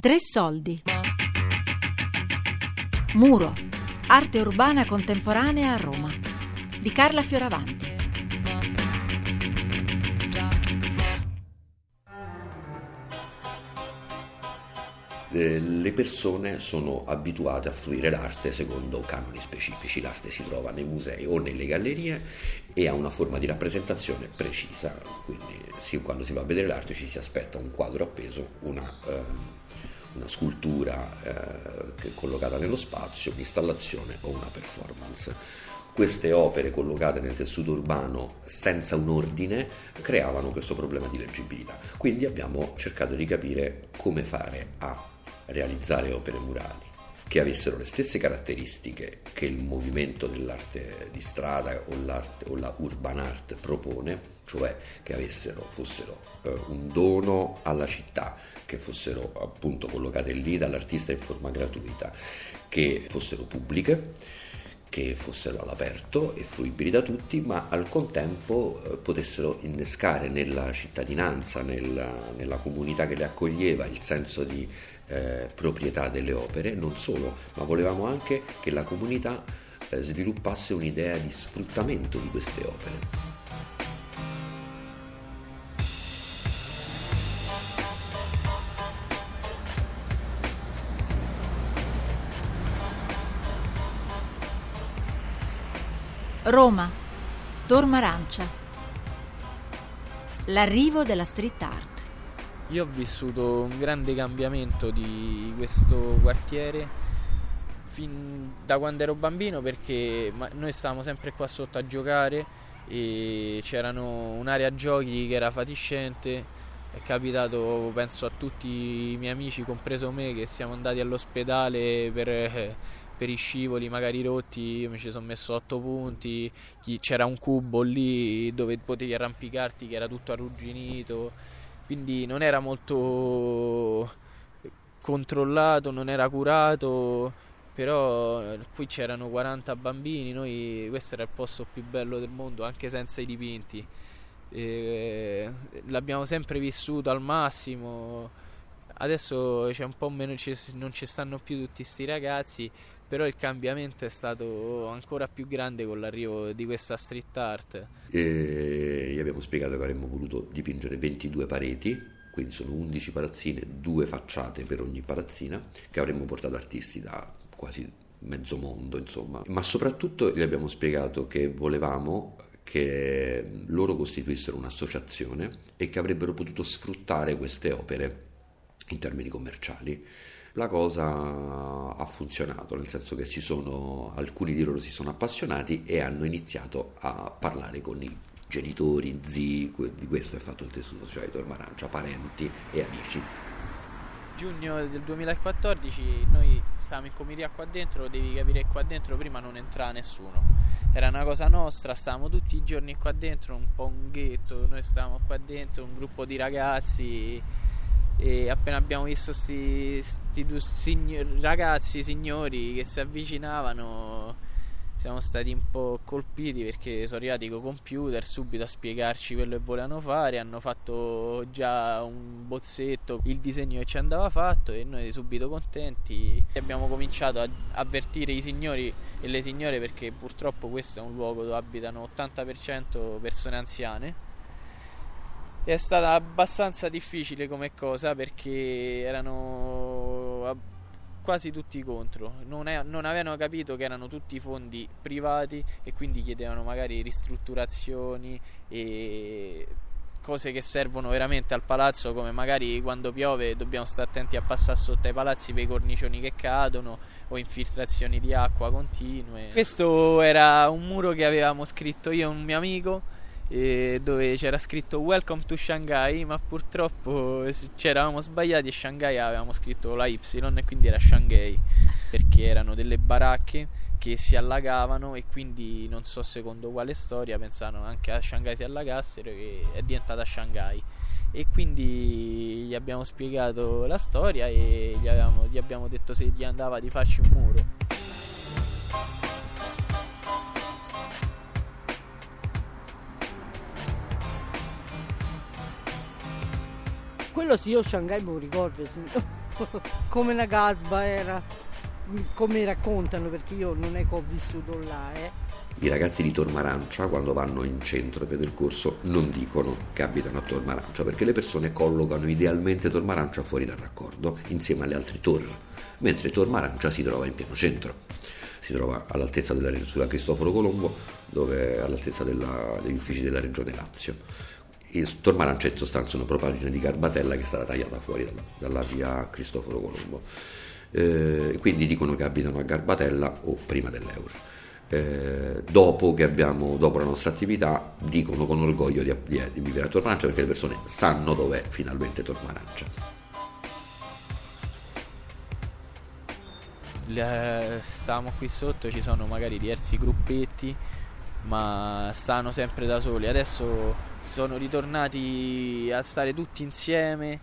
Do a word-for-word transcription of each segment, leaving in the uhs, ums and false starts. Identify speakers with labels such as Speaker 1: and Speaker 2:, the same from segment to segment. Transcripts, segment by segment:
Speaker 1: Tre soldi. Muro. Arte urbana contemporanea a Roma. Di Carla Fioravanti.
Speaker 2: Le persone sono abituate a fruire l'arte secondo canoni specifici. L'arte si trova nei musei o nelle gallerie e ha una forma di rappresentazione precisa, quindi sì, quando si va a vedere l'arte ci si aspetta un quadro appeso, una, eh, una scultura eh, che è collocata nello spazio, un'installazione o una performance. Queste opere collocate nel tessuto urbano senza un ordine creavano questo problema di leggibilità. Quindi abbiamo cercato di capire come fare a realizzare opere murali che avessero le stesse caratteristiche che il movimento dell'arte di strada o, l'arte, o la urban art propone, cioè che avessero, fossero eh, un dono alla città, che fossero appunto collocate lì dall'artista in forma gratuita, che fossero pubbliche, che fossero all'aperto e fruibili da tutti, ma al contempo eh, potessero innescare nella cittadinanza, nella, nella comunità che le accoglieva, il senso di eh, proprietà delle opere. Non solo, ma volevamo anche che la comunità eh, sviluppasse un'idea di sfruttamento di queste opere.
Speaker 1: Roma, Torma Arancia. L'arrivo della street art.
Speaker 3: Io ho vissuto un grande cambiamento di questo quartiere fin da quando ero bambino, perché noi stavamo sempre qua sotto a giocare e c'erano un'area giochi che era fatiscente. È capitato, penso a tutti i miei amici, compreso me, che siamo andati all'ospedale per... per i scivoli magari rotti. Io mi ci sono messo otto punti, c'era un cubo lì dove potevi arrampicarti che era tutto arrugginito, quindi non era molto controllato, non era curato, però qui c'erano quaranta bambini, noi questo era il posto più bello del mondo anche senza i dipinti, e l'abbiamo sempre vissuto al massimo. Adesso c'è un po' meno, non ci stanno più tutti sti ragazzi, però il cambiamento è stato ancora più grande con l'arrivo di questa street art.
Speaker 2: E gli abbiamo spiegato che avremmo voluto dipingere ventidue pareti, quindi sono undici palazzine, due facciate per ogni palazzina, che avremmo portato artisti da quasi mezzo mondo, insomma. Ma soprattutto gli abbiamo spiegato che volevamo che loro costituissero un'associazione e che avrebbero potuto sfruttare queste opere in termini commerciali. La cosa ha funzionato, nel senso che si sono, alcuni di loro si sono appassionati e hanno iniziato a parlare con i genitori, zii, di questo è fatto il tessuto sociale di Torma Arancia, parenti e amici.
Speaker 3: Giugno del duemilaquattordici noi stavamo in comitiva qua dentro, devi capire che qua dentro prima non entrava nessuno, era una cosa nostra, stavamo tutti i giorni qua dentro, un po' un ghetto, noi stavamo qua dentro, un gruppo di ragazzi. E appena abbiamo visto sti, sti due signor, ragazzi, signori che si avvicinavano, siamo stati un po' colpiti, perché sono arrivati con computer subito a spiegarci quello che volevano fare. Hanno fatto già un bozzetto, il disegno che ci andava fatto, e noi subito contenti abbiamo cominciato a avvertire i signori e le signore, perché purtroppo questo è un luogo dove abitano ottanta per cento persone anziane. È stata abbastanza difficile come cosa, perché erano quasi tutti contro, non, è, non avevano capito che erano tutti fondi privati e quindi chiedevano magari ristrutturazioni e cose che servono veramente al palazzo, come magari quando piove dobbiamo stare attenti a passare sotto ai palazzi per i cornicioni che cadono o infiltrazioni di acqua continue. Questo era un muro che avevamo scritto io e un mio amico, e dove c'era scritto Welcome to Shanghai, ma purtroppo ci eravamo sbagliati e Shanghai avevamo scritto la Y e quindi era Shanghai, perché erano delle baracche che si allagavano e quindi non so secondo quale storia pensavano anche a Shanghai si allagassero e è diventata Shanghai. E quindi gli abbiamo spiegato la storia e gli, avevamo, gli abbiamo detto se gli andava di farci un muro.
Speaker 4: Quello sì, io Shanghai me lo ricordo, sì. come una gasba era, come raccontano, perché io non è che ho vissuto là, eh.
Speaker 2: I ragazzi di Tormarancia, quando vanno in centro per il corso, non dicono che abitano a Tormarancia, perché le persone collocano idealmente Tormarancia fuori dal raccordo, insieme alle altre torri, mentre Tormarancia si trova in pieno centro. Si trova all'altezza della sulla Cristoforo Colombo, dove all'altezza della, degli uffici della Regione Lazio. Il Tormarancia è in sostanza una propagine di Garbatella che è stata tagliata fuori dalla, dalla via Cristoforo Colombo. Eh, quindi dicono che abitano a Garbatella o prima dell'Eur. Eh, dopo che abbiamo dopo la nostra attività dicono con orgoglio di, di, di vivere a Tormarancia, perché le persone sanno dov'è finalmente Tormarancia.
Speaker 3: Le, stiamo qui sotto, ci sono magari diversi gruppetti, ma stanno sempre da soli. Adesso sono ritornati a stare tutti insieme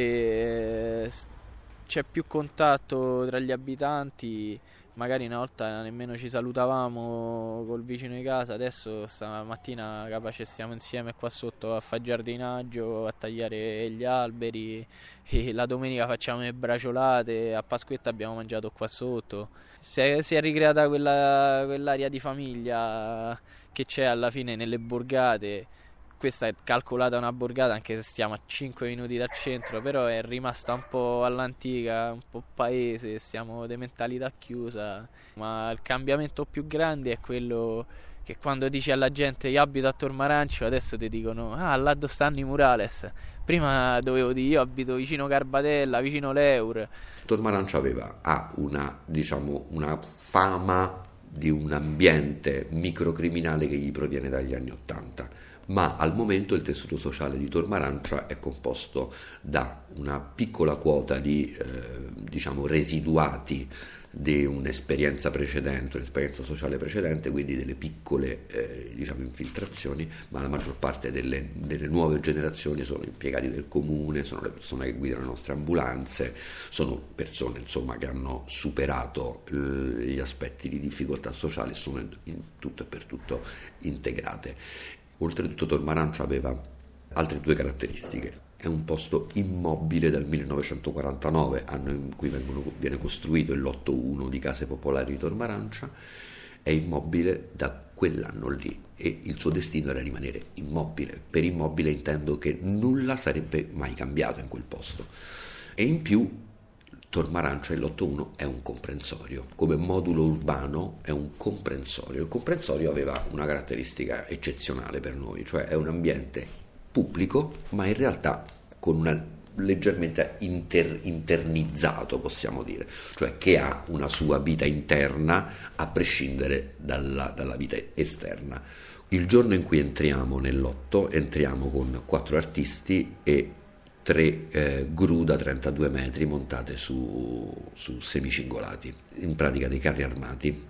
Speaker 3: e c'è più contatto tra gli abitanti. Magari una volta nemmeno ci salutavamo col vicino di casa, adesso stamattina capace stiamo insieme qua sotto a fare giardinaggio, a tagliare gli alberi, e la domenica facciamo le braciolate, a Pasquetta abbiamo mangiato qua sotto. Si è, si è ricreata quella, quell'aria di famiglia che c'è alla fine nelle borgate. Questa è calcolata una borgata, anche se stiamo a cinque minuti dal centro, però è rimasta un po' all'antica, un po' paese, siamo di mentalità chiusa. Ma il cambiamento più grande è quello che quando dici alla gente io abito a Tormarancio, adesso ti dicono ah, là dove stanno i Murales. Prima dovevo dire io abito vicino Garbatella, vicino l'Eur.
Speaker 2: Tormarancia aveva ha una, diciamo, una fama di un ambiente microcriminale che gli proviene dagli anni Ottanta. Ma al momento il tessuto sociale di Tormarancia è composto da una piccola quota di eh, diciamo residuati di un'esperienza precedente, un'esperienza sociale precedente, quindi delle piccole eh, diciamo infiltrazioni, ma la maggior parte delle, delle nuove generazioni sono impiegati del comune, sono le persone che guidano le nostre ambulanze, sono persone insomma che hanno superato eh, gli aspetti di difficoltà sociale e sono in tutto e per tutto integrate. Oltretutto Tormarancia aveva altre due caratteristiche. È un posto immobile dal millenovecentoquarantanove, anno in cui vengono, viene costruito il lotto uno di Case Popolari di Tormarancia, è immobile da quell'anno lì e il suo destino era rimanere immobile. Per immobile intendo che nulla sarebbe mai cambiato in quel posto. E in più Tormarancia, il lotto uno, è un comprensorio, come modulo urbano è un comprensorio. Il comprensorio aveva una caratteristica eccezionale per noi, cioè è un ambiente pubblico, ma in realtà con una leggermente inter, internizzato, possiamo dire, cioè che ha una sua vita interna a prescindere dalla, dalla vita esterna. Il giorno in cui entriamo nel lotto, entriamo con quattro artisti e tre eh, gru da trentadue metri montate su, su semicingolati, in pratica dei carri armati.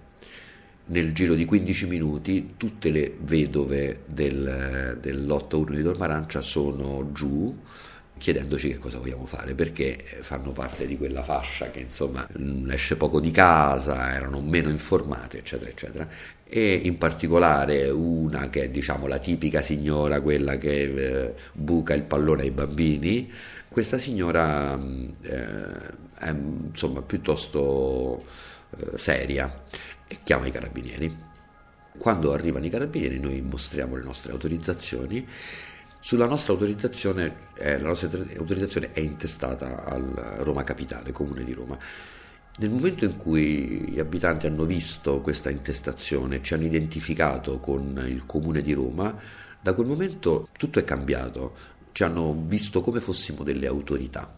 Speaker 2: Nel giro di quindici minuti tutte le vedove del, del lotto uno di Tormarancia sono giù chiedendoci che cosa vogliamo fare, perché fanno parte di quella fascia che insomma esce poco di casa, erano meno informate, eccetera eccetera, e in particolare una che è diciamo la tipica signora, quella che eh, buca il pallone ai bambini. Questa signora eh, è insomma piuttosto eh, seria e chiama i carabinieri. Quando arrivano i carabinieri noi mostriamo le nostre autorizzazioni. Sulla nostra autorizzazione, eh, la nostra autorizzazione è intestata al Roma Capitale, Comune di Roma. Nel momento in cui gli abitanti hanno visto questa intestazione, ci hanno identificato con il Comune di Roma, da quel momento tutto è cambiato, ci hanno visto come fossimo delle autorità.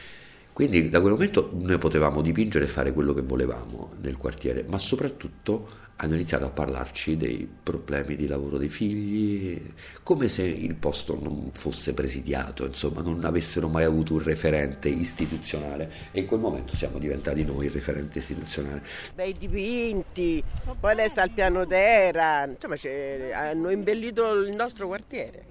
Speaker 2: Quindi da quel momento noi potevamo dipingere e fare quello che volevamo nel quartiere, ma soprattutto hanno iniziato a parlarci dei problemi di lavoro dei figli, come se il posto non fosse presidiato, insomma non avessero mai avuto un referente istituzionale, e in quel momento siamo diventati noi il referente istituzionale.
Speaker 5: Bei dipinti, poi lei sta al piano terra, insomma hanno imbellito il nostro quartiere.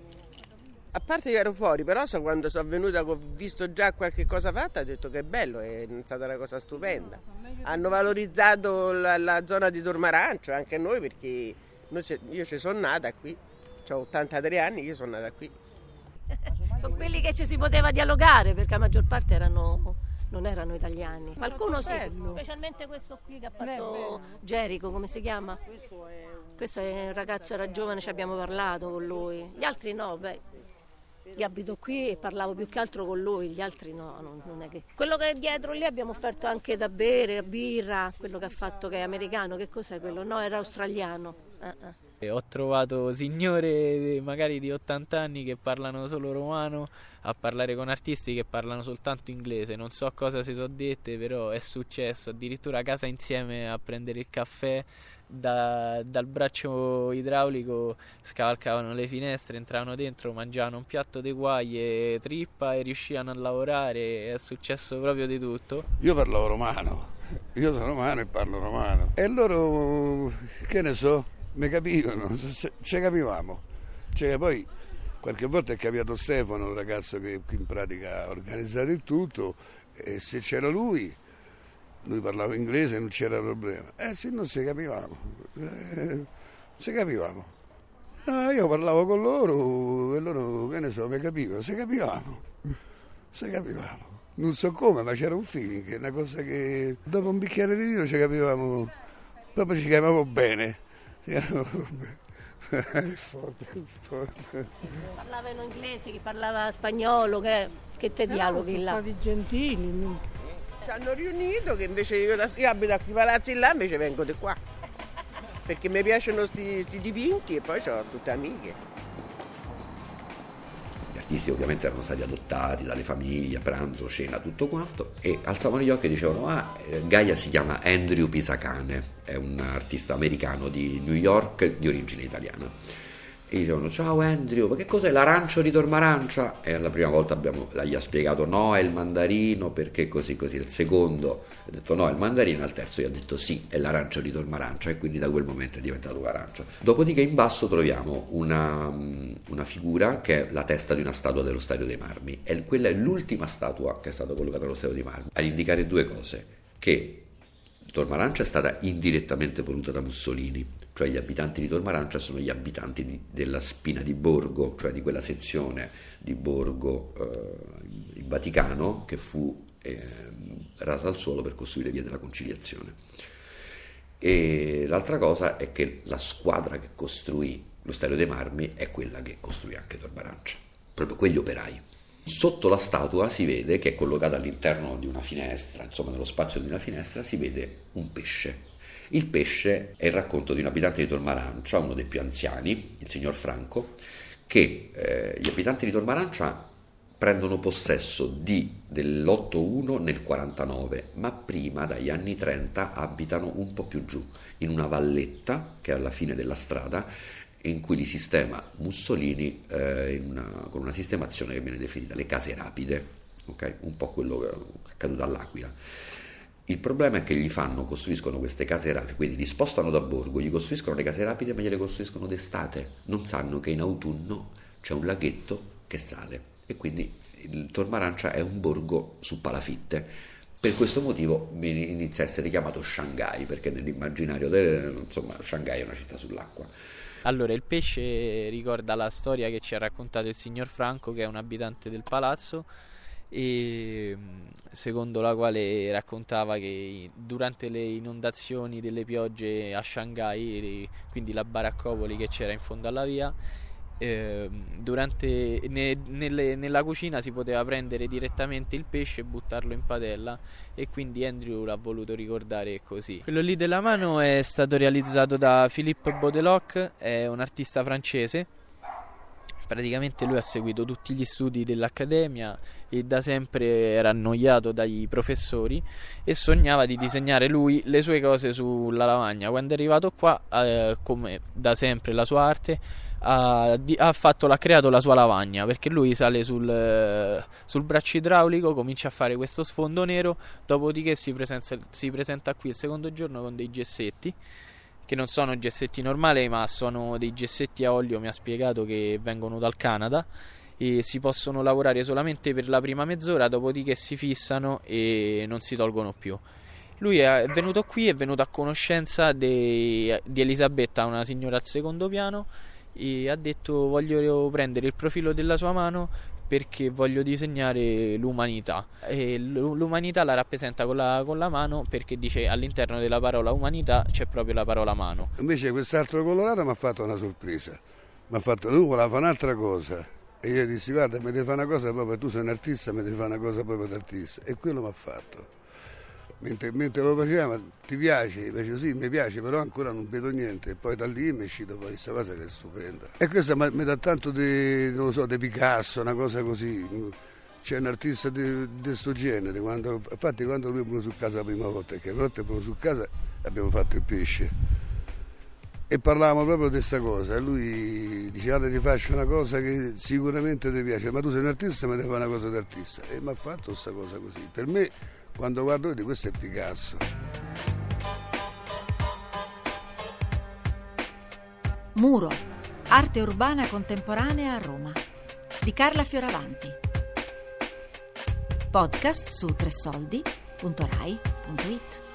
Speaker 5: A parte che ero fuori, però so, quando sono venuta, ho visto già qualche cosa fatta, ho detto che è bello, è stata una cosa stupenda. Hanno valorizzato la, la zona di Tormarancia, anche noi, perché noi, io ci sono nata qui, ho ottantatré anni, io sono nata qui.
Speaker 6: Con quelli che ci si poteva dialogare, perché la maggior parte erano non erano italiani. Qualcuno sì,
Speaker 4: bello.
Speaker 6: specialmente questo qui che ha
Speaker 4: Non è
Speaker 6: fatto
Speaker 4: bello.
Speaker 6: Gerico, come si chiama?
Speaker 4: Questo è un...
Speaker 6: Questo è un ragazzo, era giovane, ci abbiamo parlato con lui. Gli altri no, beh. Io abito qui e parlavo più che altro con lui, gli altri no, non, non è che... Quello che è dietro lì abbiamo offerto anche da bere, birra, quello che ha fatto che è americano, che cos'è quello? No, era australiano. Uh-uh.
Speaker 3: E ho trovato signore magari di ottanta anni che parlano solo romano a parlare con artisti che parlano soltanto inglese. Non so cosa si sono dette, però è successo. Addirittura a casa insieme a prendere il caffè, da, dal braccio idraulico scavalcavano le finestre, entravano dentro, mangiavano un piatto di guaglie, trippa e riuscivano a lavorare. È successo proprio di tutto.
Speaker 7: Io parlavo romano, io sono romano e parlo romano. E loro, che ne so, mi capivano, ci capivamo. Cioè, poi qualche volta è capitato Stefano, un ragazzo che in pratica ha organizzato il tutto, e se c'era lui, lui parlava inglese e non c'era problema. Eh sì, non si capivamo, eh, si capivamo. Ah, io parlavo con loro e loro, che ne so, mi capivano, si capivamo, si capivamo. Non so come, ma c'era un feeling, una cosa che dopo un bicchiere di vino ci capivamo, proprio ci capivamo bene. È forte, è forte.
Speaker 6: Parlavano inglese, chi parlava spagnolo, che, che te dialoghi
Speaker 4: sono
Speaker 6: là.
Speaker 4: stati gentili.
Speaker 5: Ci hanno riunito che invece io, io abito a quei palazzi là, invece vengo di qua. Perché mi piacciono questi dipinti e poi ho tutte amiche.
Speaker 2: Gli artisti ovviamente erano stati adottati dalle famiglie, pranzo, cena, tutto quanto, e alzavano gli occhi e dicevano: ah, Gaia si chiama Andrew Pisacane, è un artista americano di New York di origine italiana. E dicevano: ciao Andrew, ma che cos'è l'arancio di Tormarancia? E la prima volta abbiamo, gli ha spiegato: no, è il mandarino, perché così così. Il secondo ha detto no, è il mandarino, al terzo gli ha detto sì, è l'arancio di Tormarancia, e quindi da quel momento è diventato l'arancio. Dopodiché in basso troviamo una, una figura che è la testa di una statua dello Stadio dei Marmi, e quella è l'ultima statua che è stata collocata allo Stadio dei Marmi, ad indicare due cose: che Tormarancia è stata indirettamente voluta da Mussolini, cioè gli abitanti di Tormarancia sono gli abitanti di, della Spina di Borgo, cioè di quella sezione di Borgo eh, in Vaticano che fu eh, rasa al suolo per costruire Via della Conciliazione. E l'altra cosa è che la squadra che costruì lo Stadio dei Marmi è quella che costruì anche Tormarancia, proprio quegli operai. Sotto la statua si vede che è collocata all'interno di una finestra, insomma nello spazio di una finestra si vede un pesce. Il pesce è il racconto di un abitante di Tormarancia, uno dei più anziani, il signor Franco, che eh, gli abitanti di Tormarancia prendono possesso di, dell'otto uno nel quarantanove, ma prima, dagli anni trenta, abitano un po' più giù, in una valletta che è alla fine della strada, in cui li sistema Mussolini eh, in una, con una sistemazione che viene definita le case rapide, okay? Un po' quello che è accaduto all'Aquila. Il problema è che gli fanno, costruiscono queste case rapide, quindi li spostano da Borgo, gli costruiscono le case rapide, ma gliele costruiscono d'estate. Non sanno che in autunno c'è un laghetto che sale, e quindi il Tormarancia è un borgo su palafitte. Per questo motivo inizia a essere chiamato Shanghai, perché nell'immaginario del, insomma, Shanghai è una città sull'acqua.
Speaker 3: Allora, il pesce ricorda la storia che ci ha raccontato il signor Franco, che è un abitante del palazzo, e secondo la quale raccontava che durante le inondazioni delle piogge a Shanghai, quindi la baraccopoli che c'era in fondo alla via, eh, durante, ne, nelle, nella cucina si poteva prendere direttamente il pesce e buttarlo in padella, e quindi Andrew l'ha voluto ricordare così. Quello lì della mano è stato realizzato da Philippe Baudeloc, è un artista francese. Praticamente lui ha seguito tutti gli studi dell'accademia e da sempre era annoiato dai professori e sognava di disegnare lui le sue cose sulla lavagna. Quando è arrivato qua, eh, come da sempre la sua arte, ha, ha, fatto, l'ha creato la sua lavagna, perché lui sale sul, sul braccio idraulico, comincia a fare questo sfondo nero, dopodiché si presenta, si presenta qui il secondo giorno con dei gessetti, che non sono gessetti normali, ma sono dei gessetti a olio, mi ha spiegato, che vengono dal Canada, e si possono lavorare solamente per la prima mezz'ora, dopodiché si fissano e non si tolgono più. Lui è venuto qui, è venuto a conoscenza de, di Elisabetta, una signora al secondo piano, e ha detto: voglio prendere il profilo della sua mano perché voglio disegnare l'umanità, e l'umanità la rappresenta con la, con la mano, perché dice all'interno della parola umanità c'è proprio la parola mano.
Speaker 7: Invece quest'altro colorato mi ha fatto una sorpresa, mi ha fatto tu voleva fare un'altra cosa e io dissi guarda mi devi fare una cosa proprio, tu sei un artista, mi devi fare una cosa proprio d'artista, e quello mi ha fatto. Mentre, mentre lo faceva, ti piace? Io facevo sì, mi piace, però ancora non vedo niente. E poi da lì mi è uscita poi questa cosa che è stupenda. E questa mi dà tanto di, non lo so, di Picasso, una cosa così. C'è un artista di questo genere. Quando, infatti quando lui è venuto su casa la prima volta, che una volta è venuto su casa abbiamo fatto il pesce. E parlavamo proprio di questa cosa. E lui diceva ti faccio una cosa che sicuramente ti piace, ma tu sei un artista, mi devi fare una cosa d'artista. E mi ha fatto questa cosa così. Per me, quando guardo di questo è Picasso.
Speaker 1: Muro, arte urbana contemporanea a Roma, di Carla Fioravanti. Podcast su tre soldi punto rai punto it.